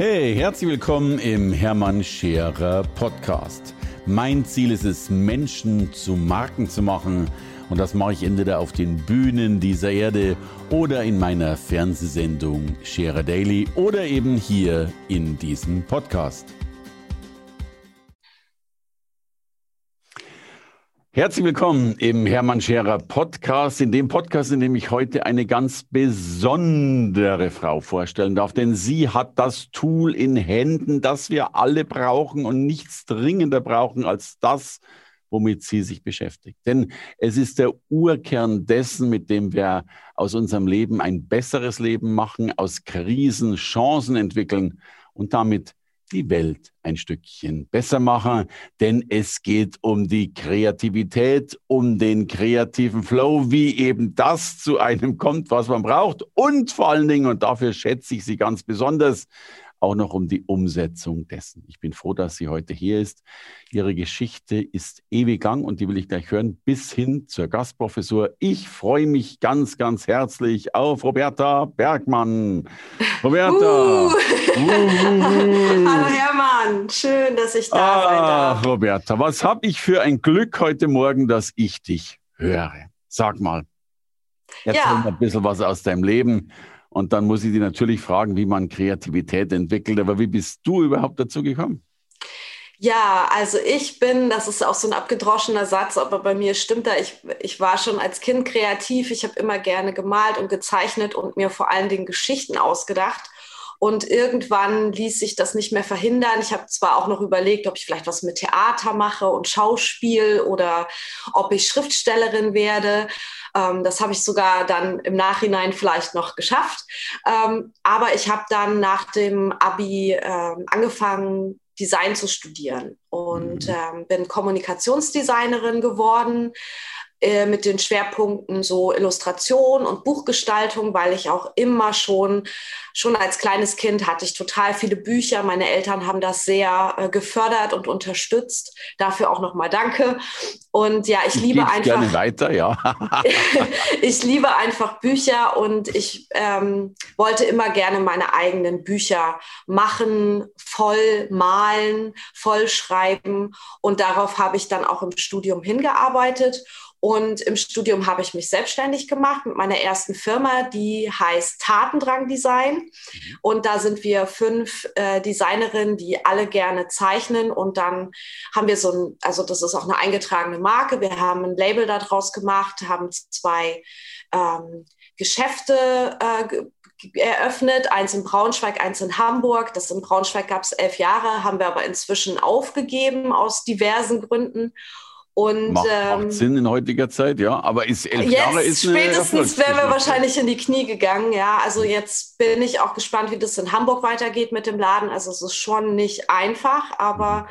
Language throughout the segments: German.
Hey, herzlich willkommen im Hermann Scherer Podcast. Mein Ziel ist es, Menschen zu Marken zu machen. Und das mache ich entweder auf den Bühnen dieser Erde oder in meiner Fernsehsendung Scherer Daily oder eben hier in diesem Podcast. Herzlich willkommen im Hermann Scherer Podcast, in dem ich heute eine ganz besondere Frau vorstellen darf, denn sie hat das Tool in Händen, das wir alle brauchen und nichts dringender brauchen als das, womit sie sich beschäftigt. Denn es ist der Urkern dessen, mit dem wir aus unserem Leben ein besseres Leben machen, aus Krisen Chancen entwickeln und damit die Welt ein Stückchen besser machen, denn es geht um die Kreativität, um den kreativen Flow, wie eben das zu einem kommt, was man braucht und vor allen Dingen, und dafür schätze ich sie ganz besonders, auch noch um die Umsetzung dessen. Ich bin froh, dass sie heute hier ist. Ihre Geschichte ist ewig lang und die will ich gleich hören, bis hin zur Gastprofessur. Ich freue mich ganz, ganz herzlich auf Roberta Bergmann. Roberta! Hallo Hermann, schön, dass ich da sein darf. Roberta, was habe ich für ein Glück heute Morgen, dass ich dich höre. Sag mal, erzähl mir ein bisschen was aus deinem Leben. Und dann muss ich dich natürlich fragen, wie man Kreativität entwickelt. Aber wie bist du überhaupt dazu gekommen? Ja, also das ist auch so ein abgedroschener Satz, aber bei mir stimmt da, ich war schon als Kind kreativ. Ich habe immer gerne gemalt und gezeichnet und mir vor allen Dingen Geschichten ausgedacht. Und irgendwann ließ sich das nicht mehr verhindern. Ich habe zwar auch noch überlegt, ob ich vielleicht was mit Theater mache und Schauspiel oder ob ich Schriftstellerin werde. Das habe ich sogar dann im Nachhinein vielleicht noch geschafft. Aber ich habe dann nach dem Abi angefangen, Design zu studieren und bin Kommunikationsdesignerin geworden. Mit den Schwerpunkten so Illustration und Buchgestaltung, weil ich auch immer schon als kleines Kind hatte ich total viele Bücher. Meine Eltern haben das sehr gefördert und unterstützt. Dafür auch nochmal danke. Und ja, ich liebe einfach gerne weiter, ja. Ich liebe einfach Bücher und ich wollte immer gerne meine eigenen Bücher machen, voll malen, voll schreiben. Und darauf habe ich dann auch im Studium hingearbeitet. Und im Studium habe ich mich selbstständig gemacht mit meiner ersten Firma, die heißt Tatendrang Design. Und da sind wir 5 Designerinnen, die alle gerne zeichnen. Und dann haben wir also das ist auch eine eingetragene Marke. Wir haben ein Label daraus gemacht, haben 2 Geschäfte eröffnet, eins in Braunschweig, eins in Hamburg. Das in Braunschweig gab es 11 Jahre, haben wir aber inzwischen aufgegeben aus diversen Gründen. Und, macht Sinn in heutiger Zeit, ja. Aber 11 Jahre ist eine spätestens wären wir wahrscheinlich in die Knie gegangen, ja. Also jetzt bin ich auch gespannt, wie das in Hamburg weitergeht mit dem Laden. Also es ist schon nicht einfach, aber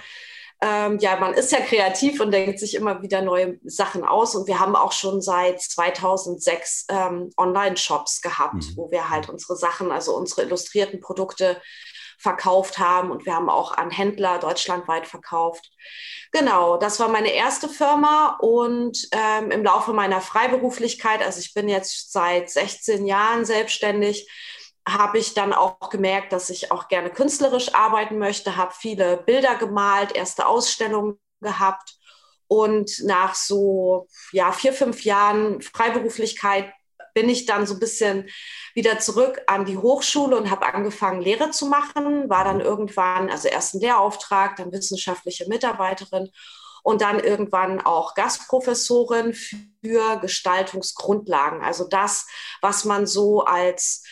man ist ja kreativ und denkt sich immer wieder neue Sachen aus. Und wir haben auch schon seit 2006 Online-Shops gehabt, wo wir halt unsere Sachen, also unsere illustrierten Produkte verkauft haben. Und wir haben auch an Händler deutschlandweit verkauft. Genau, das war meine erste Firma und im Laufe meiner Freiberuflichkeit, also ich bin jetzt seit 16 Jahren selbstständig, habe ich dann auch gemerkt, dass ich auch gerne künstlerisch arbeiten möchte, habe viele Bilder gemalt, erste Ausstellungen gehabt und nach so 4, 5 Jahren Freiberuflichkeit bin ich dann so ein bisschen wieder zurück an die Hochschule und habe angefangen, Lehre zu machen, war dann irgendwann, also erst ein Lehrauftrag, dann wissenschaftliche Mitarbeiterin und dann irgendwann auch Gastprofessorin für Gestaltungsgrundlagen. Also das, was man so als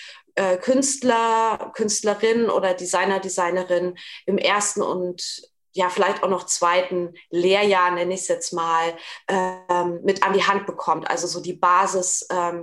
Künstler, Künstlerin oder Designer, Designerin im ersten und vielleicht auch noch zweiten Lehrjahr, nenne ich es jetzt mal, mit an die Hand bekommt. Also so die Basis,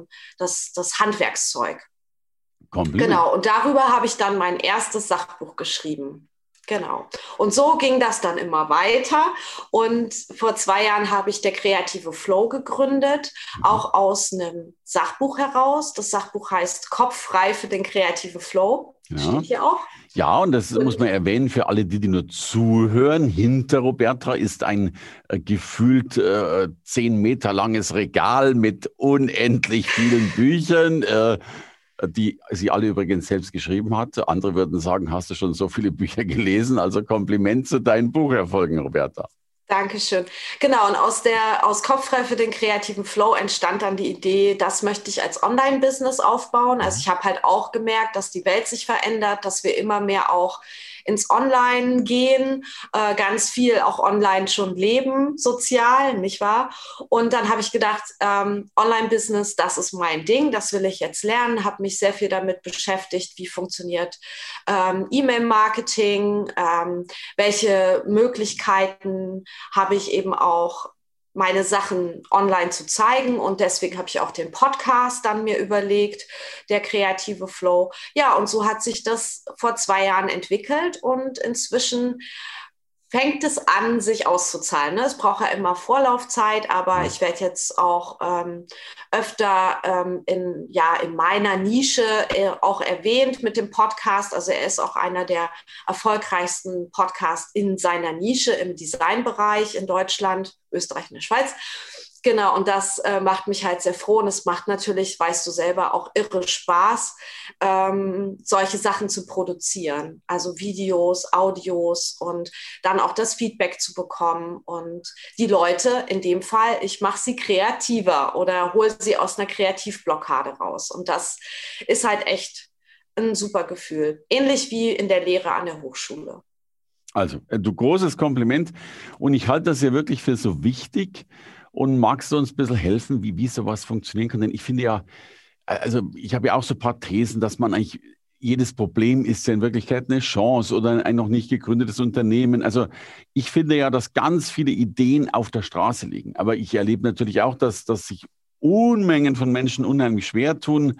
das Handwerkszeug. Komplett. Genau, und darüber habe ich dann mein erstes Sachbuch geschrieben. Genau. Und so ging das dann immer weiter. Und vor 2 Jahren habe ich der Kreative Flow gegründet, auch aus einem Sachbuch heraus. Das Sachbuch heißt Kopf frei für den kreativen Flow. Steht hier auch. Ja, und das muss man erwähnen für alle, die nur zuhören. Hinter Roberta ist ein gefühlt 10 Meter langes Regal mit unendlich vielen Büchern. die sie alle übrigens selbst geschrieben hat. Andere würden sagen, hast du schon so viele Bücher gelesen? Also Kompliment zu deinen Bucherfolgen, Roberta. Dankeschön. Genau, und aus Kopffrei für den kreativen Flow entstand dann die Idee, das möchte ich als Online-Business aufbauen. Also ich habe halt auch gemerkt, dass die Welt sich verändert, dass wir immer mehr auch ins Online gehen, ganz viel auch online schon leben, sozial, nicht wahr? Und dann habe ich gedacht, Online-Business, das ist mein Ding, das will ich jetzt lernen, habe mich sehr viel damit beschäftigt, wie funktioniert E-Mail-Marketing, welche Möglichkeiten habe ich eben auch, meine Sachen online zu zeigen. Und deswegen habe ich auch den Podcast dann mir überlegt, der kreative Flow. Ja, und so hat sich das vor 2 Jahren entwickelt und inzwischen fängt es an, sich auszuzahlen. Es braucht ja immer Vorlaufzeit, aber ich werde jetzt auch öfter in meiner Nische auch erwähnt mit dem Podcast. Also er ist auch einer der erfolgreichsten Podcasts in seiner Nische im Designbereich in Deutschland, Österreich und der Schweiz. Genau, und das macht mich halt sehr froh und es macht natürlich, weißt du selber, auch irre Spaß, solche Sachen zu produzieren. Also Videos, Audios und dann auch das Feedback zu bekommen und die Leute, in dem Fall, ich mache sie kreativer oder hole sie aus einer Kreativblockade raus. Und das ist halt echt ein super Gefühl. Ähnlich wie in der Lehre an der Hochschule. Also, du, großes Kompliment und ich halte das ja wirklich für so wichtig. Und magst du uns ein bisschen helfen, wie sowas funktionieren kann? Denn ich finde ja, also ich habe ja auch so ein paar Thesen, dass man eigentlich, jedes Problem ist ja in Wirklichkeit eine Chance oder ein noch nicht gegründetes Unternehmen. Also ich finde ja, dass ganz viele Ideen auf der Straße liegen. Aber ich erlebe natürlich auch, dass sich Unmengen von Menschen unheimlich schwer tun.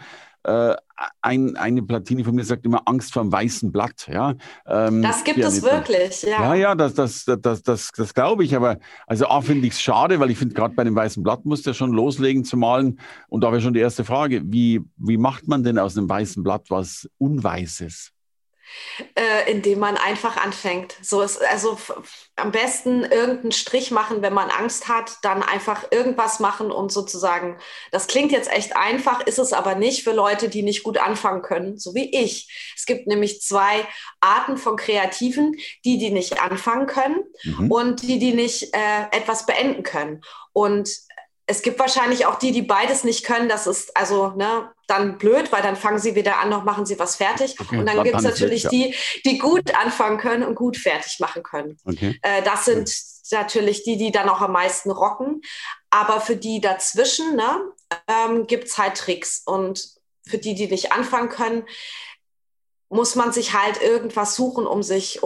Eine Platini von mir sagt immer Angst vor dem weißen Blatt. Ja? Das gibt es wirklich, ja. Ja, das glaube ich. Aber also A, finde ich es schade, weil ich finde, gerade bei dem weißen Blatt musst du ja schon loslegen zu malen. Und da wäre schon die erste Frage, wie macht man denn aus einem weißen Blatt was Unweißes? Indem man einfach anfängt. So ist also am besten irgendeinen Strich machen, wenn man Angst hat, dann einfach irgendwas machen und sozusagen, das klingt jetzt echt einfach, ist es aber nicht für Leute, die nicht gut anfangen können, so wie ich. Es gibt nämlich 2 Arten von Kreativen, die nicht anfangen können und die nicht etwas beenden können. Und es gibt wahrscheinlich auch die beides nicht können. Das ist also dann blöd, weil dann fangen sie wieder an, noch machen sie was fertig. Okay, und dann gibt es natürlich die gut anfangen können und gut fertig machen können. Okay. Das sind natürlich die dann auch am meisten rocken. Aber für die dazwischen gibt es halt Tricks. Und für die nicht anfangen können, muss man sich halt irgendwas suchen, um sich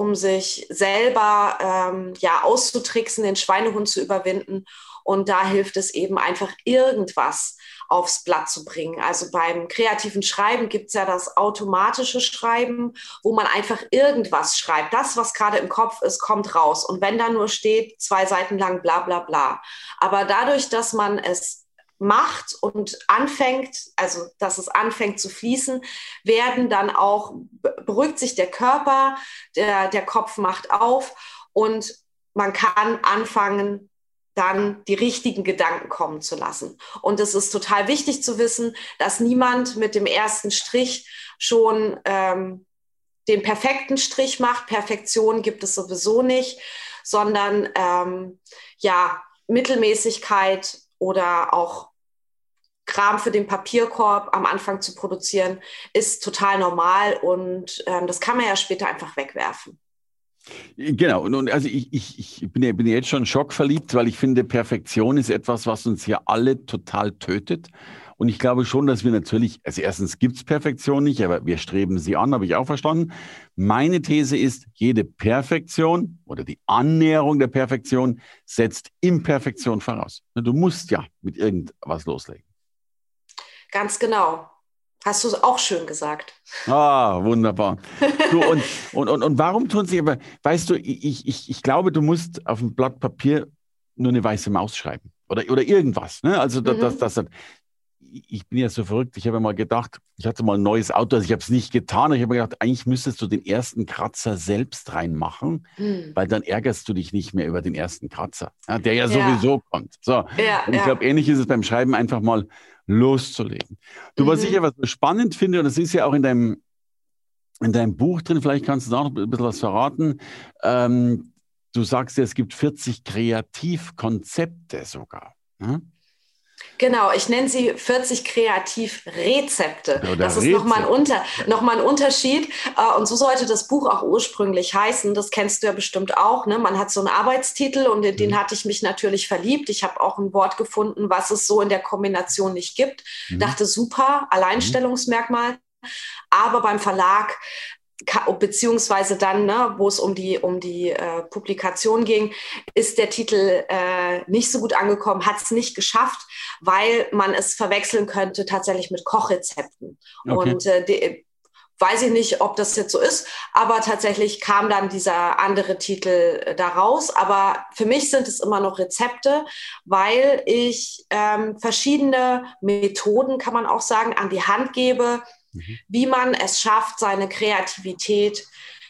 selber auszutricksen, den Schweinehund zu überwinden. Und da hilft es eben einfach, irgendwas aufs Blatt zu bringen. Also beim kreativen Schreiben gibt es ja das automatische Schreiben, wo man einfach irgendwas schreibt. Das, was gerade im Kopf ist, kommt raus. Und wenn da nur steht, 2 Seiten lang, bla bla bla. Aber dadurch, dass man es macht und anfängt, also dass es anfängt zu fließen, beruhigt sich der Körper, der Kopf macht auf und man kann anfangen, dann die richtigen Gedanken kommen zu lassen. Und es ist total wichtig zu wissen, dass niemand mit dem ersten Strich schon den perfekten Strich macht. Perfektion gibt es sowieso nicht, sondern Mittelmäßigkeit oder auch Kram für den Papierkorb am Anfang zu produzieren, ist total normal und das kann man ja später einfach wegwerfen. Genau, und also ich bin ja jetzt schon schockverliebt, weil ich finde, Perfektion ist etwas, was uns hier alle total tötet. Und ich glaube schon, dass wir natürlich, also erstens gibt es Perfektion nicht, aber wir streben sie an, habe ich auch verstanden. Meine These ist, jede Perfektion oder die Annäherung der Perfektion setzt Imperfektion voraus. Du musst ja mit irgendwas loslegen. Ganz genau. Hast du auch schön gesagt. Ah, wunderbar. Du, und warum tun sie aber, weißt du, ich glaube, du musst auf ein Blatt Papier nur eine weiße Maus schreiben oder irgendwas. Ne? Also ich bin ja so verrückt, ich habe mal gedacht, ich hatte mal ein neues Auto, also ich habe es nicht getan, ich habe mir gedacht, eigentlich müsstest du den ersten Kratzer selbst reinmachen, weil dann ärgerst du dich nicht mehr über den ersten Kratzer, der ja sowieso kommt. So. Und ich glaube, ähnlich ist es beim Schreiben, einfach mal loszulegen. Du, was ich aber so spannend finde, und das ist ja auch in deinem Buch drin, vielleicht kannst du da noch ein bisschen was verraten. Du sagst ja, es gibt 40 Kreativkonzepte sogar. Hm? Genau, ich nenne sie 40 Kreativrezepte. Oder Das ist Rezepte. noch mal ein Unterschied. Und so sollte das Buch auch ursprünglich heißen. Das kennst du ja bestimmt auch. Ne? Man hat so einen Arbeitstitel und in den hatte ich mich natürlich verliebt. Ich habe auch ein Wort gefunden, was es so in der Kombination nicht gibt. Dachte, super, Alleinstellungsmerkmal. Aber beim Verlag beziehungsweise dann, ne, wo es um die Publikation ging, ist der Titel nicht so gut angekommen, hat es nicht geschafft, weil man es verwechseln könnte tatsächlich mit Kochrezepten. Okay. Und weiß ich nicht, ob das jetzt so ist, aber tatsächlich kam dann dieser andere Titel daraus. Aber für mich sind es immer noch Rezepte, weil ich verschiedene Methoden, kann man auch sagen, an die Hand gebe, wie man es schafft, seine Kreativität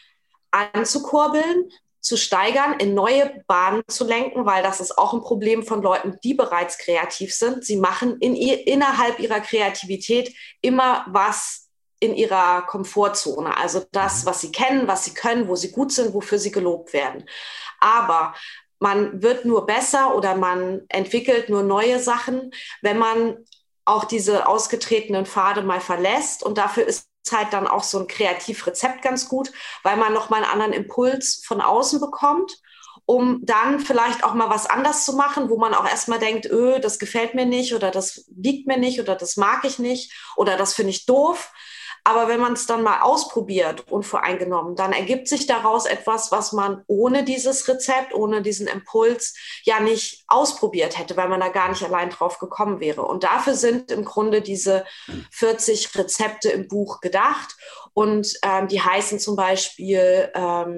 anzukurbeln, zu steigern, in neue Bahnen zu lenken, weil das ist auch ein Problem von Leuten, die bereits kreativ sind. Sie machen innerhalb ihrer Kreativität immer was in ihrer Komfortzone. Also das, was sie kennen, was sie können, wo sie gut sind, wofür sie gelobt werden. Aber man wird nur besser oder man entwickelt nur neue Sachen, wenn man auch diese ausgetretenen Pfade mal verlässt. Und dafür ist halt dann auch so ein Kreativrezept ganz gut, weil man nochmal einen anderen Impuls von außen bekommt, um dann vielleicht auch mal was anders zu machen, wo man auch erstmal denkt, das gefällt mir nicht oder das liegt mir nicht oder das mag ich nicht oder das finde ich doof. Aber wenn man es dann mal ausprobiert, unvoreingenommen, dann ergibt sich daraus etwas, was man ohne dieses Rezept, ohne diesen Impuls ja nicht ausprobiert hätte, weil man da gar nicht allein drauf gekommen wäre. Und dafür sind im Grunde diese 40 Rezepte im Buch gedacht. Und die heißen zum Beispiel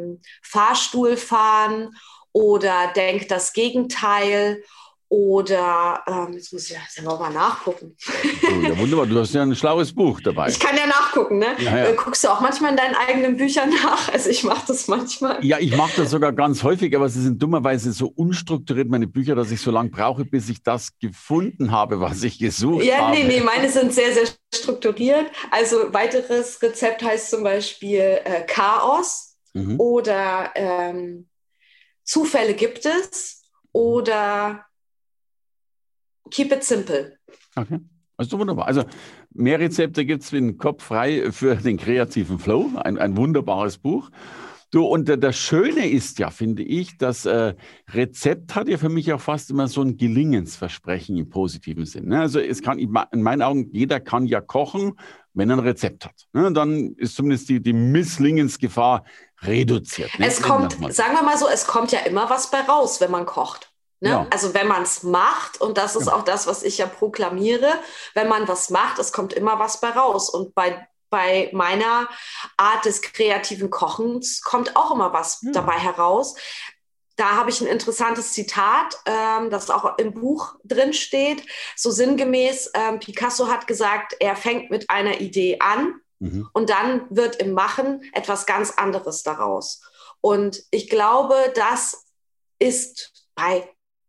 Fahrstuhlfahren oder Denk das Gegenteil. Oder, jetzt muss ich ja mal nachgucken. Oh, ja, wunderbar, du hast ja ein schlaues Buch dabei. Ich kann ja nachgucken, ne? Ja. Guckst du auch manchmal in deinen eigenen Büchern nach? Also ich mache das manchmal. Ja, ich mache das sogar ganz häufig, aber sie sind dummerweise so unstrukturiert, meine Bücher, dass ich so lange brauche, bis ich das gefunden habe, was ich gesucht habe. Ja, nee, meine sind sehr, sehr strukturiert. Also weiteres Rezept heißt zum Beispiel Chaos oder Zufälle gibt es oder Keep it simple. Okay, also wunderbar. Also mehr Rezepte gibt es wie den Kopf frei für den kreativen Flow. Ein wunderbares Buch. Du, und das Schöne ist ja, finde ich, das Rezept hat ja für mich auch fast immer so ein Gelingensversprechen im positiven Sinn. Ne? Also es kann, in meinen Augen, jeder kann ja kochen, wenn er ein Rezept hat. Ne? Dann ist zumindest die Misslingensgefahr reduziert. Ne? Es kommt, sagen wir mal so, es kommt ja immer was bei raus, wenn man kocht. Ne? Ja. Also wenn man es macht, und das ist auch das, was ich ja proklamiere, wenn man was macht, es kommt immer was bei raus. Und bei meiner Art des kreativen Kochens kommt auch immer was dabei heraus. Da habe ich ein interessantes Zitat, das auch im Buch drin steht. So sinngemäß, Picasso hat gesagt, er fängt mit einer Idee an und dann wird im Machen etwas ganz anderes daraus. Und ich glaube, das ist bei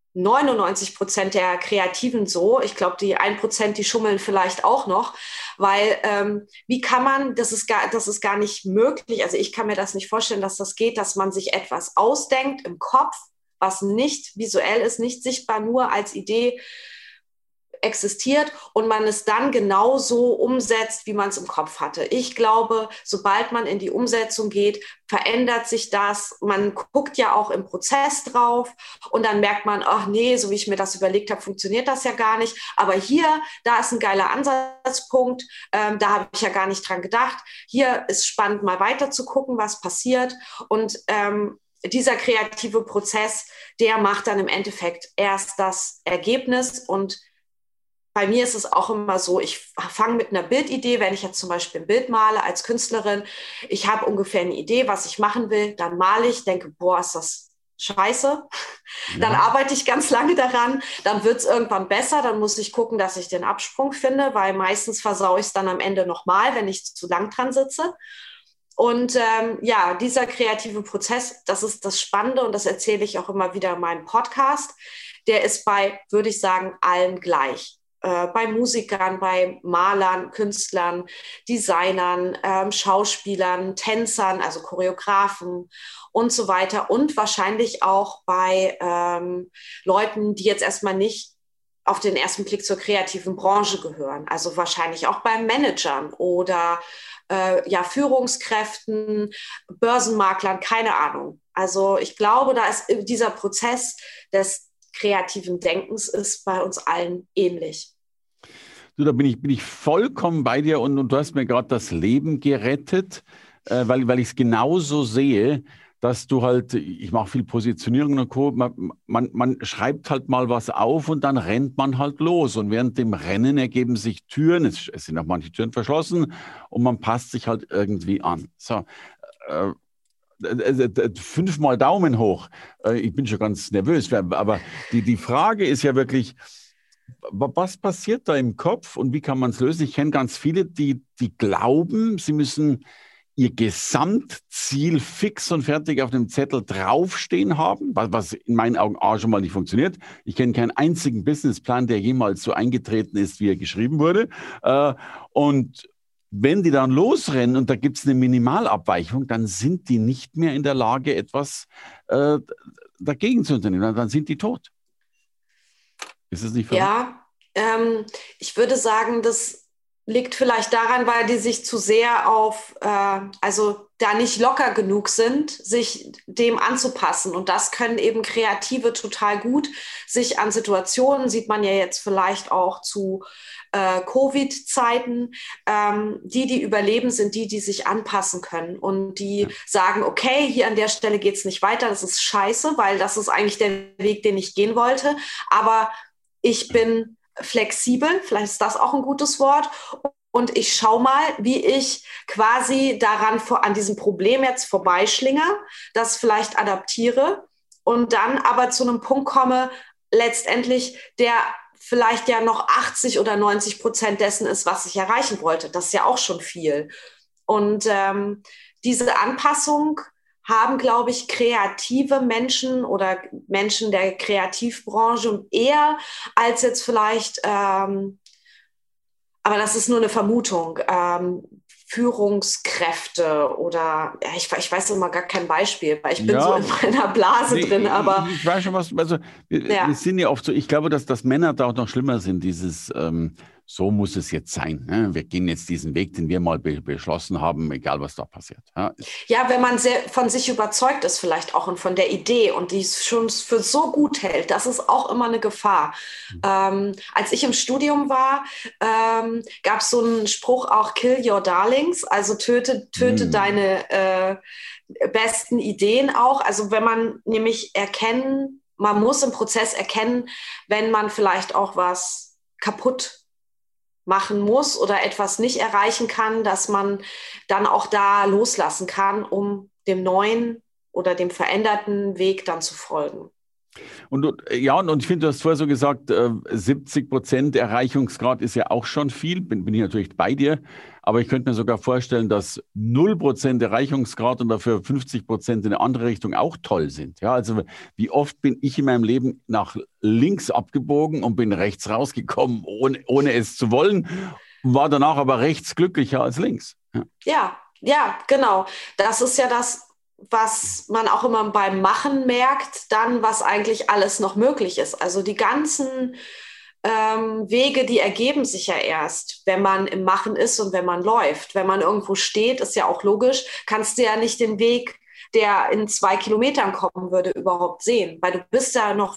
99% der Kreativen so. Ich glaube, die 1%, die schummeln vielleicht auch noch, weil wie kann man, das ist gar nicht möglich, also ich kann mir das nicht vorstellen, dass das geht, dass man sich etwas ausdenkt im Kopf, was nicht visuell ist, nicht sichtbar, nur als Idee existiert und man es dann genauso umsetzt, wie man es im Kopf hatte. Ich glaube, sobald man in die Umsetzung geht, verändert sich das. Man guckt ja auch im Prozess drauf und dann merkt man, ach nee, so wie ich mir das überlegt habe, funktioniert das ja gar nicht. Aber hier, da ist ein geiler Ansatzpunkt, da habe ich ja gar nicht dran gedacht. Hier ist spannend, mal weiter zu gucken, was passiert und dieser kreative Prozess, der macht dann im Endeffekt erst das Ergebnis. Und bei mir ist es auch immer so, ich fange mit einer Bildidee, wenn ich jetzt zum Beispiel ein Bild male als Künstlerin, ich habe ungefähr eine Idee, was ich machen will, dann male ich, denke, boah, ist das scheiße. Dann arbeite ich ganz lange daran, dann wird es irgendwann besser, dann muss ich gucken, dass ich den Absprung finde, weil meistens versaue ich es dann am Ende nochmal, wenn ich zu lang dran sitze. Und dieser kreative Prozess, das ist das Spannende und das erzähle ich auch immer wieder in meinem Podcast, der ist bei, würde ich sagen, allen gleich. bei Musikern, bei Malern, Künstlern, Designern, Schauspielern, Tänzern, also Choreografen und so weiter. Und wahrscheinlich auch bei Leuten, die jetzt erstmal nicht auf den ersten Blick zur kreativen Branche gehören. Also wahrscheinlich auch bei Managern oder Führungskräften, Börsenmaklern, keine Ahnung. Also ich glaube, da ist dieser Prozess des kreativen Denkens ist bei uns allen ähnlich. Du, da bin ich vollkommen bei dir und du hast mir gerade das Leben gerettet, weil ich es genauso sehe, dass du halt, ich mache viel Positionierung und Co., man schreibt halt mal was auf und dann rennt man halt los. Und während dem Rennen ergeben sich Türen, es sind auch manche Türen verschlossen und man passt sich halt irgendwie an. So, 5-mal Daumen hoch. Ich bin schon ganz nervös, aber die Frage ist ja wirklich, was passiert da im Kopf und wie kann man es lösen? Ich kenne ganz viele, die glauben, sie müssen ihr Gesamtziel fix und fertig auf dem Zettel draufstehen haben, was in meinen Augen schon mal nicht funktioniert. Ich kenne keinen einzigen Businessplan, der jemals so eingetreten ist, wie er geschrieben wurde. Und wenn die dann losrennen und da gibt es eine Minimalabweichung, dann sind die nicht mehr in der Lage, etwas dagegen zu unternehmen. Dann sind die tot. Ist es nicht verrückt? Ja, ich würde sagen, das liegt vielleicht daran, weil die sich zu sehr also da nicht locker genug sind, sich dem anzupassen. Und das können eben Kreative total gut, sich an Situationen, sieht man ja jetzt vielleicht auch zu Covid-Zeiten, die überleben, sind die sich anpassen können und die sagen, okay, hier an der Stelle geht es nicht weiter, das ist scheiße, weil das ist eigentlich der Weg, den ich gehen wollte, aber ich bin flexibel, vielleicht ist das auch ein gutes Wort, und ich schaue mal, wie ich quasi an diesem Problem jetzt vorbeischlinge, das vielleicht adaptiere und dann aber zu einem Punkt komme, letztendlich, der vielleicht ja noch 80 oder 90% dessen ist, was ich erreichen wollte. Das ist ja auch schon viel. Und diese Anpassung haben, glaube ich, kreative Menschen oder Menschen der Kreativbranche eher als jetzt vielleicht, aber das ist nur eine Vermutung, Führungskräfte oder ich weiß immer gar kein Beispiel, weil ich bin so in meiner Blase drin, aber... Ich weiß schon was, also wir sind ja oft so, ich glaube, dass Männer da auch noch schlimmer sind, dieses so muss es jetzt sein. Ne? Wir gehen jetzt diesen Weg, den wir mal beschlossen haben, egal was da passiert. Ja, wenn man sehr von sich überzeugt ist vielleicht auch und von der Idee und die es schon für so gut hält, das ist auch immer eine Gefahr. Als ich im Studium war, gab es so einen Spruch auch, kill your darlings, also töte deine besten Ideen auch. Also wenn man nämlich man muss im Prozess erkennen, wenn man vielleicht auch was kaputt machen muss oder etwas nicht erreichen kann, dass man dann auch da loslassen kann, um dem neuen oder dem veränderten Weg dann zu folgen. Und ich finde, du hast vorher so gesagt, 70% Erreichungsgrad ist ja auch schon viel, bin ich natürlich bei dir, aber ich könnte mir sogar vorstellen, dass 0% Erreichungsgrad und dafür 50% in eine andere Richtung auch toll sind. Ja, also wie oft bin ich in meinem Leben nach links abgebogen und bin rechts rausgekommen, ohne es zu wollen, war danach aber rechts glücklicher als links. Ja, genau. Das ist ja das, was man auch immer beim Machen merkt, dann, was eigentlich alles noch möglich ist. Also die ganzen Wege, die ergeben sich ja erst, wenn man im Machen ist und wenn man läuft. Wenn man irgendwo steht, ist ja auch logisch, kannst du ja nicht den Weg, der in 2 Kilometern kommen würde, überhaupt sehen. Weil du bist ja noch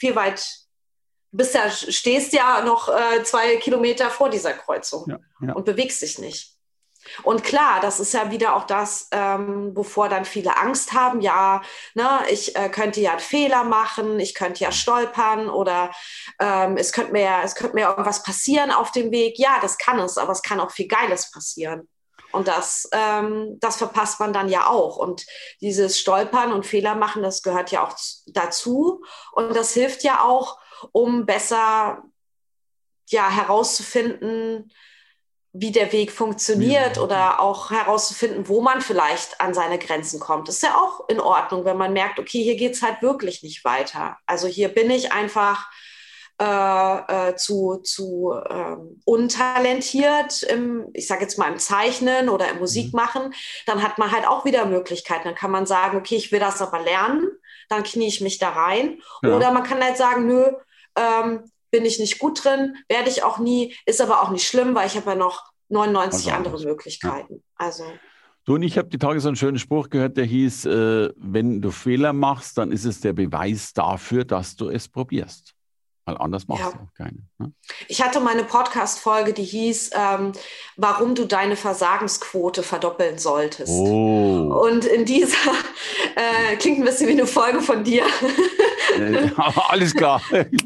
stehst ja noch 2 Kilometer vor dieser Kreuzung und bewegst dich nicht. Und klar, das ist ja wieder auch das, wovor dann viele Angst haben. Ja, ne, ich könnte ja einen Fehler machen, ich könnte ja stolpern oder es könnte mir irgendwas passieren auf dem Weg. Ja, das kann es, aber es kann auch viel Geiles passieren. Und das verpasst man dann ja auch. Und dieses Stolpern und Fehler machen, das gehört ja auch dazu. Und das hilft ja auch, um besser herauszufinden, wie der Weg funktioniert oder auch herauszufinden, wo man vielleicht an seine Grenzen kommt. Das ist ja auch in Ordnung, wenn man merkt, okay, hier geht es halt wirklich nicht weiter. Also hier bin ich einfach zu untalentiert, ich sage jetzt mal im Zeichnen oder im Musikmachen, dann hat man halt auch wieder Möglichkeiten. Dann kann man sagen, okay, ich will das aber lernen, dann knie ich mich da rein. Ja. Oder man kann halt sagen, nö, bin ich nicht gut drin, werde ich auch nie, ist aber auch nicht schlimm, weil ich habe ja noch 99 andere Möglichkeiten. Ja. Also du, und ich habe die Tage so einen schönen Spruch gehört, der hieß, wenn du Fehler machst, dann ist es der Beweis dafür, dass du es probierst. Weil anders machst du auch keine. Ne? Ich hatte meine Podcast-Folge, die hieß, warum du deine Versagensquote verdoppeln solltest. Oh. Und in dieser, klingt ein bisschen wie eine Folge von dir. Alles klar.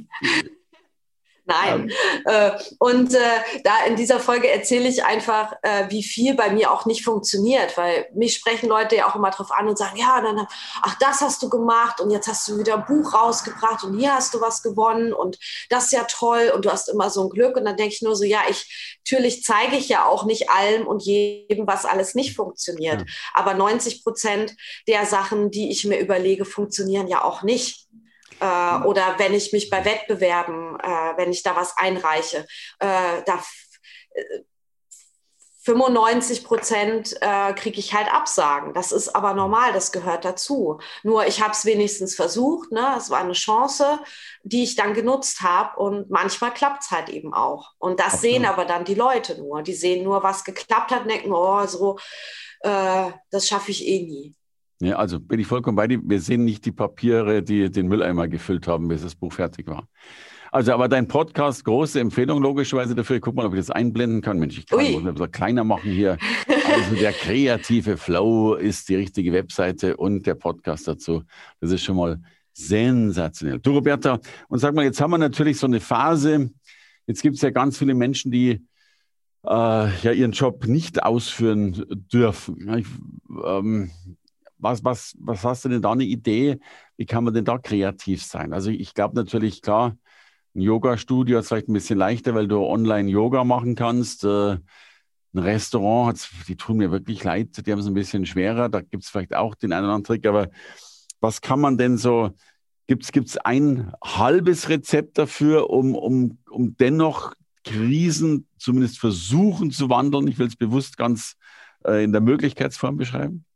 Nein. Da in dieser Folge erzähle ich einfach, wie viel bei mir auch nicht funktioniert, weil mich sprechen Leute ja auch immer drauf an und sagen, ja, dann, ach, das hast du gemacht und jetzt hast du wieder ein Buch rausgebracht und hier hast du was gewonnen und das ist ja toll und du hast immer so ein Glück. Und dann denke ich nur so, ja, natürlich zeige ich ja auch nicht allem und jedem, was alles nicht funktioniert. Ja. Aber 90% der Sachen, die ich mir überlege, funktionieren ja auch nicht. Oder wenn ich mich bei Wettbewerben, wenn ich da was einreiche, 95% kriege ich halt Absagen. Das ist aber normal, das gehört dazu. Nur ich habe es wenigstens versucht, ne? Es war eine Chance, die ich dann genutzt habe und manchmal klappt es halt eben auch. Und das sehen aber dann die Leute nur. Die sehen nur, was geklappt hat und denken, oh, so, das schaffe ich eh nie. Ja, also bin ich vollkommen bei dir. Wir sehen nicht die Papiere, die den Mülleimer gefüllt haben, bis das Buch fertig war. Also, aber dein Podcast, große Empfehlung logischerweise dafür. Guck mal, ob ich das einblenden kann. Mensch, ich kann es ein bisschen kleiner machen hier. Also der kreative Flow ist die richtige Webseite und der Podcast dazu. Das ist schon mal sensationell. Du, Roberta, und sag mal, jetzt haben wir natürlich so eine Phase. Jetzt gibt es ja ganz viele Menschen, die ihren Job nicht ausführen dürfen. Was hast du denn da eine Idee? Wie kann man denn da kreativ sein? Also ich glaube natürlich, klar, ein Yoga-Studio ist vielleicht ein bisschen leichter, weil du online Yoga machen kannst. Ein Restaurant, die tun mir wirklich leid, die haben es ein bisschen schwerer. Da gibt es vielleicht auch den einen oder anderen Trick. Aber was kann man denn so, gibt's ein halbes Rezept dafür, um dennoch Krisen zumindest versuchen zu wandeln? Ich will es bewusst ganz in der Möglichkeitsform beschreiben.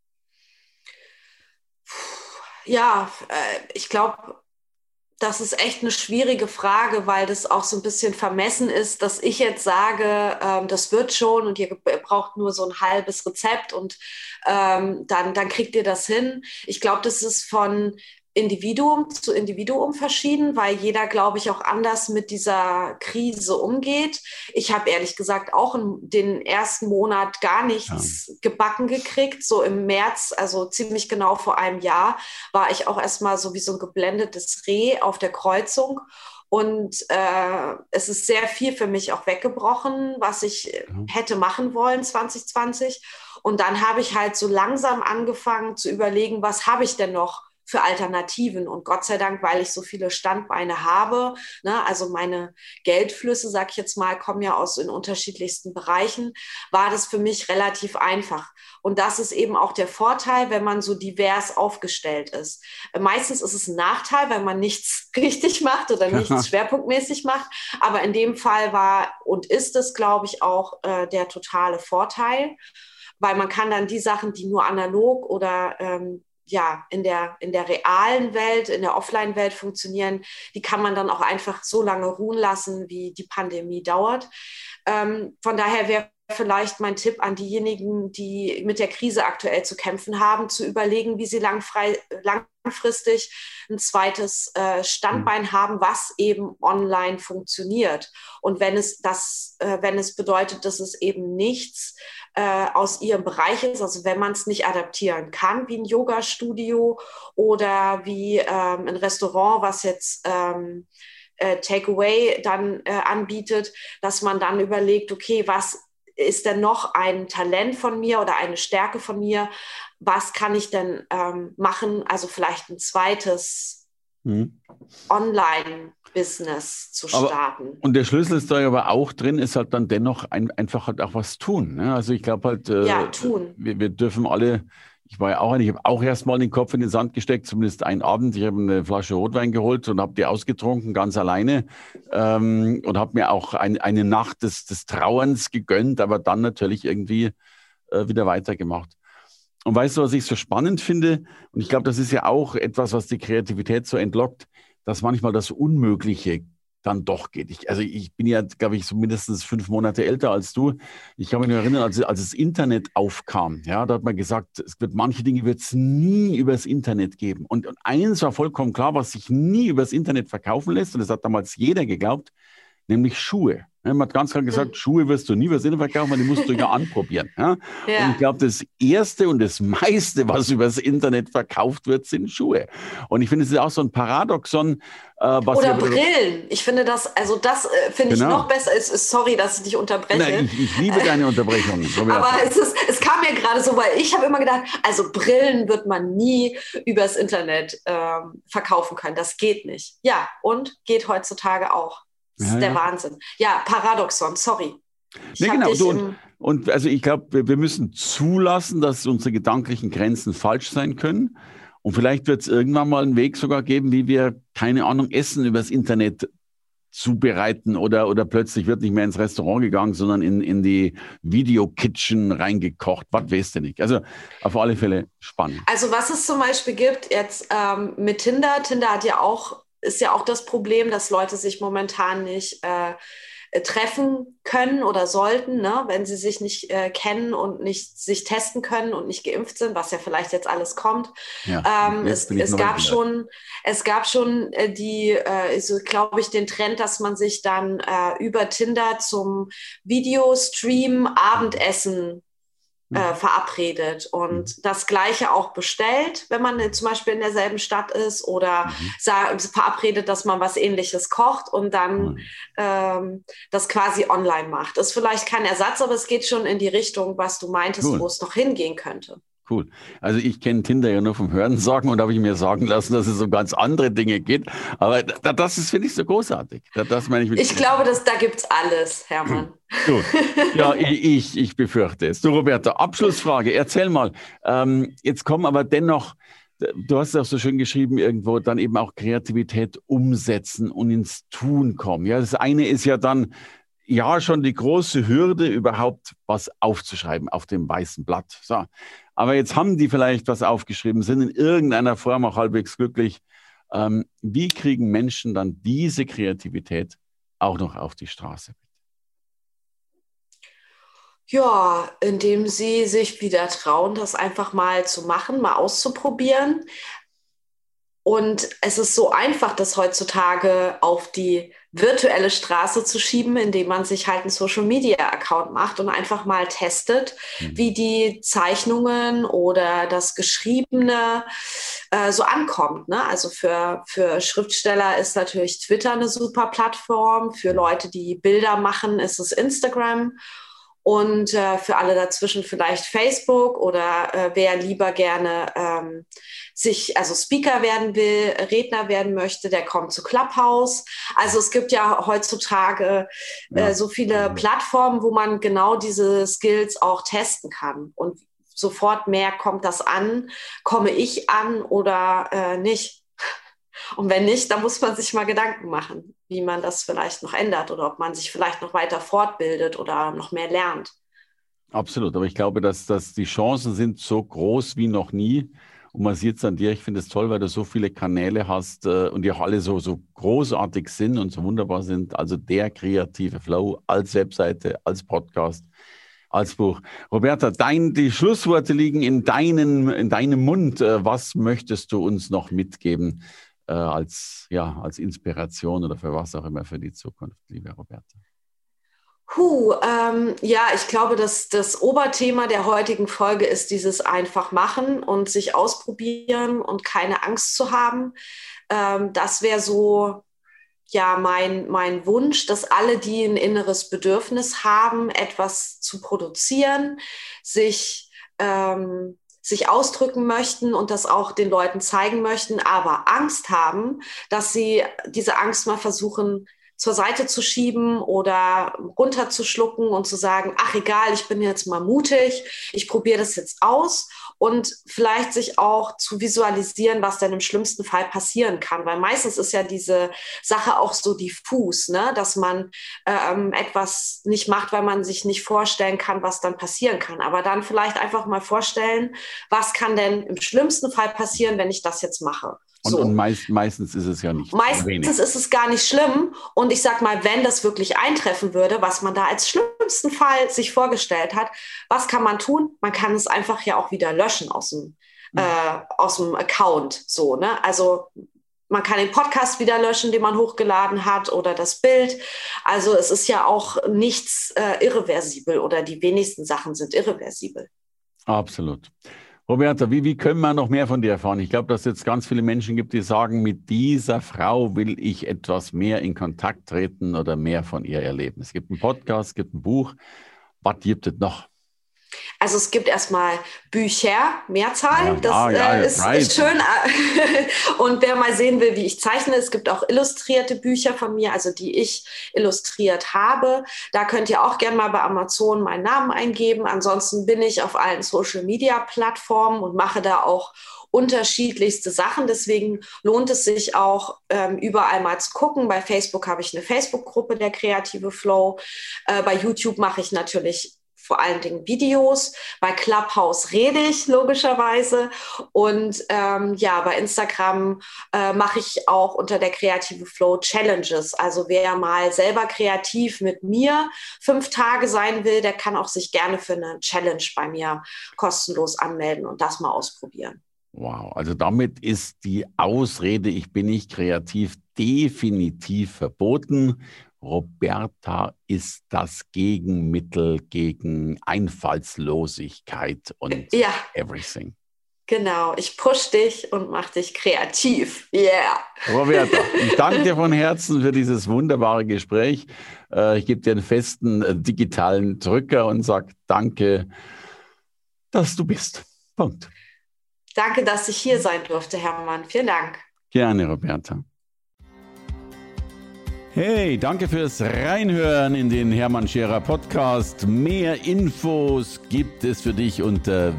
Ja, ich glaube, das ist echt eine schwierige Frage, weil das auch so ein bisschen vermessen ist, dass ich jetzt sage, das wird schon und ihr braucht nur so ein halbes Rezept und dann kriegt ihr das hin. Ich glaube, das ist von Individuum zu Individuum verschieden, weil jeder, glaube ich, auch anders mit dieser Krise umgeht. Ich habe ehrlich gesagt auch den ersten Monat gar nichts gebacken gekriegt. So im März, also ziemlich genau vor einem Jahr, war ich auch erstmal so wie so ein geblendetes Reh auf der Kreuzung. Und es ist sehr viel für mich auch weggebrochen, was ich hätte machen wollen 2020. Und dann habe ich halt so langsam angefangen zu überlegen, was habe ich denn noch für Alternativen. Und Gott sei Dank, weil ich so viele Standbeine habe, ne, also meine Geldflüsse, sag ich jetzt mal, kommen ja aus in unterschiedlichsten Bereichen, war das für mich relativ einfach. Und das ist eben auch der Vorteil, wenn man so divers aufgestellt ist. Meistens ist es ein Nachteil, wenn man nichts richtig macht oder nichts schwerpunktmäßig macht. Aber in dem Fall war und ist es, glaube ich, auch der totale Vorteil, weil man kann dann die Sachen, die nur analog oder in der realen Welt, in der Offline-Welt funktionieren, die kann man dann auch einfach so lange ruhen lassen, wie die Pandemie dauert. Von daher wäre vielleicht mein Tipp an diejenigen, die mit der Krise aktuell zu kämpfen haben, zu überlegen, wie sie langfristig ein zweites Standbein haben, was eben online funktioniert. Und wenn es bedeutet, dass es eben nichts aus ihrem Bereich ist, also wenn man es nicht adaptieren kann, wie ein Yoga-Studio oder wie ein Restaurant, was jetzt Takeaway dann anbietet, dass man dann überlegt, okay, was ist denn noch ein Talent von mir oder eine Stärke von mir? Was kann ich denn machen? Also vielleicht ein zweites Online-Business zu starten. Und der Schlüssel ist da aber auch drin, ist halt dann dennoch einfach halt auch was tun. Ne? Also ich glaube halt, tun. Wir dürfen alle Ich war ja auch ich habe auch erst mal den Kopf in den Sand gesteckt, zumindest einen Abend. Ich habe eine Flasche Rotwein geholt und habe die ausgetrunken, ganz alleine. Und habe mir auch eine Nacht des Trauerns gegönnt, aber dann natürlich irgendwie wieder weitergemacht. Und weißt du, was ich so spannend finde? Und ich glaube, das ist ja auch etwas, was die Kreativität so entlockt, dass manchmal das Unmögliche dann doch geht. Ich bin ja, glaube ich, so mindestens 5 Monate älter als du. Ich kann mich nur erinnern, als das Internet aufkam, ja, da hat man gesagt, manche Dinge wird es nie übers Internet geben. Und eins war vollkommen klar, was sich nie übers Internet verkaufen lässt, und das hat damals jeder geglaubt, nämlich Schuhe. Ja, man hat ganz klar gesagt, Schuhe wirst du nie übers Internet verkaufen, weil die musst du ja anprobieren. Ja? Und ich glaube, das Erste und das meiste, was übers Internet verkauft wird, sind Schuhe. Und ich finde, es ist auch so ein Paradoxon. Oder Brillen. Ich finde also das finde ich noch besser. Sorry, dass ich dich unterbreche. Nein, ich liebe deine Unterbrechung. Aber es kam mir gerade so, weil ich habe immer gedacht, also Brillen wird man nie übers Internet verkaufen können. Das geht nicht. Ja, und geht heutzutage auch. Das ist der Wahnsinn. Ja, Paradoxon, sorry. Und also ich glaube, wir müssen zulassen, dass unsere gedanklichen Grenzen falsch sein können. Und vielleicht wird es irgendwann mal einen Weg sogar geben, wie wir, keine Ahnung, Essen übers Internet zubereiten oder plötzlich wird nicht mehr ins Restaurant gegangen, sondern in die Video-Kitchen reingekocht. Was weißt du nicht? Also auf alle Fälle spannend. Also was es zum Beispiel gibt jetzt mit Tinder. Tinder ist ja auch das Problem, dass Leute sich momentan nicht treffen können oder sollten, ne? Wenn sie sich nicht kennen und nicht sich testen können und nicht geimpft sind, was ja vielleicht jetzt alles kommt. Ja, es gab schon glaube ich, den Trend, dass man sich dann über Tinder zum Videostream Abendessen verabredet und das Gleiche auch bestellt, wenn man zum Beispiel in derselben Stadt ist oder verabredet, dass man was Ähnliches kocht und dann das quasi online macht. Ist vielleicht kein Ersatz, aber es geht schon in die Richtung, was du meintest, wo es noch hingehen könnte. Cool. Also ich kenne Tinder ja nur vom Hörensagen und habe ich mir sagen lassen, dass es um ganz andere Dinge geht. Aber das ist, finde ich, so großartig. Das meine ich glaube, da gibt es alles, Hermann. Gut. Ja, ich befürchte es. Du, Roberta, Abschlussfrage. Erzähl mal. Jetzt kommen aber dennoch, du hast es auch so schön geschrieben irgendwo, dann eben auch Kreativität umsetzen und ins Tun kommen. Ja, das eine ist ja dann schon die große Hürde, überhaupt was aufzuschreiben auf dem weißen Blatt. So. Aber jetzt haben die vielleicht was aufgeschrieben, sind in irgendeiner Form auch halbwegs glücklich. Wie kriegen Menschen dann diese Kreativität auch noch auf die Straße? Ja, indem sie sich wieder trauen, das einfach mal zu machen, mal auszuprobieren. Und es ist so einfach, das heutzutage auf die virtuelle Straße zu schieben, indem man sich halt einen Social-Media-Account macht und einfach mal testet, wie die Zeichnungen oder das Geschriebene so ankommt. Ne? Also für Schriftsteller ist natürlich Twitter eine super Plattform. Für Leute, die Bilder machen, ist es Instagram. Und für alle dazwischen vielleicht Facebook oder wer lieber gerne also Speaker werden will, Redner werden möchte, der kommt zu Clubhouse. Also es gibt ja heutzutage so viele Plattformen, wo man genau diese Skills auch testen kann. Und sofort merkt, kommt das an, komme ich an oder nicht. Und wenn nicht, dann muss man sich mal Gedanken machen, wie man das vielleicht noch ändert oder ob man sich vielleicht noch weiter fortbildet oder noch mehr lernt. Absolut, aber ich glaube, dass die Chancen sind so groß wie noch nie. Und man sieht es an dir, ich finde es toll, weil du so viele Kanäle hast und die auch alle so großartig sind und so wunderbar sind. Also der kreative Flow als Webseite, als Podcast, als Buch. Roberta, die Schlussworte liegen in deinem Mund. Was möchtest du uns noch mitgeben als Inspiration oder für was auch immer für die Zukunft, liebe Roberta? Ich glaube, dass das Oberthema der heutigen Folge ist dieses einfach machen und sich ausprobieren und keine Angst zu haben. Das wäre so mein Wunsch, dass alle, die ein inneres Bedürfnis haben, etwas zu produzieren, sich ausdrücken möchten und das auch den Leuten zeigen möchten, aber Angst haben, dass sie diese Angst mal versuchen zur Seite zu schieben oder runterzuschlucken und zu sagen, ach egal, ich bin jetzt mal mutig, ich probiere das jetzt aus und vielleicht sich auch zu visualisieren, was denn im schlimmsten Fall passieren kann. Weil meistens ist ja diese Sache auch so diffus, ne? Dass man etwas nicht macht, weil man sich nicht vorstellen kann, was dann passieren kann. Aber dann vielleicht einfach mal vorstellen, was kann denn im schlimmsten Fall passieren, wenn ich das jetzt mache. So. Und meistens ist es ja nicht. Meistens ist es gar nicht schlimm. Und ich sag mal, wenn das wirklich eintreffen würde, was man da als schlimmsten Fall sich vorgestellt hat, was kann man tun? Man kann es einfach ja auch wieder löschen aus dem Account. So, ne? Also man kann den Podcast wieder löschen, den man hochgeladen hat, oder das Bild. Also es ist ja auch nichts irreversibel, oder die wenigsten Sachen sind irreversibel. Absolut. Roberta, wie können wir noch mehr von dir erfahren? Ich glaube, dass es jetzt ganz viele Menschen gibt, die sagen, mit dieser Frau will ich etwas mehr in Kontakt treten oder mehr von ihr erleben. Es gibt einen Podcast, es gibt ein Buch. Was gibt es noch? Also es gibt erstmal Bücher, Mehrzahl, das ist schön. Und wer mal sehen will, wie ich zeichne, es gibt auch illustrierte Bücher von mir, also die ich illustriert habe. Da könnt ihr auch gerne mal bei Amazon meinen Namen eingeben. Ansonsten bin ich auf allen Social-Media-Plattformen und mache da auch unterschiedlichste Sachen. Deswegen lohnt es sich auch, überall mal zu gucken. Bei Facebook habe ich eine Facebook-Gruppe, der Kreative Flow. Bei YouTube mache ich natürlich vor allen Dingen Videos. Bei Clubhouse rede ich logischerweise. Und bei Instagram mache ich auch unter der Kreative Flow Challenges. Also wer mal selber kreativ mit mir 5 Tage sein will, der kann auch sich gerne für eine Challenge bei mir kostenlos anmelden und das mal ausprobieren. Wow, also damit ist die Ausrede, ich bin nicht kreativ, definitiv verboten. Roberta ist das Gegenmittel gegen Einfallslosigkeit und everything. Genau, ich push dich und mach dich kreativ. Yeah. Roberta, ich danke dir von Herzen für dieses wunderbare Gespräch. Ich gebe dir einen festen digitalen Drücker und sage danke, dass du bist. Punkt. Danke, dass ich hier sein durfte, Hermann. Vielen Dank. Gerne, Roberta. Hey, danke fürs Reinhören in den Hermann Scherer Podcast. Mehr Infos gibt es für dich unter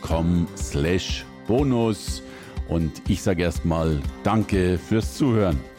www.hermannscherer.com/bonus. Und ich sage erstmal Danke fürs Zuhören.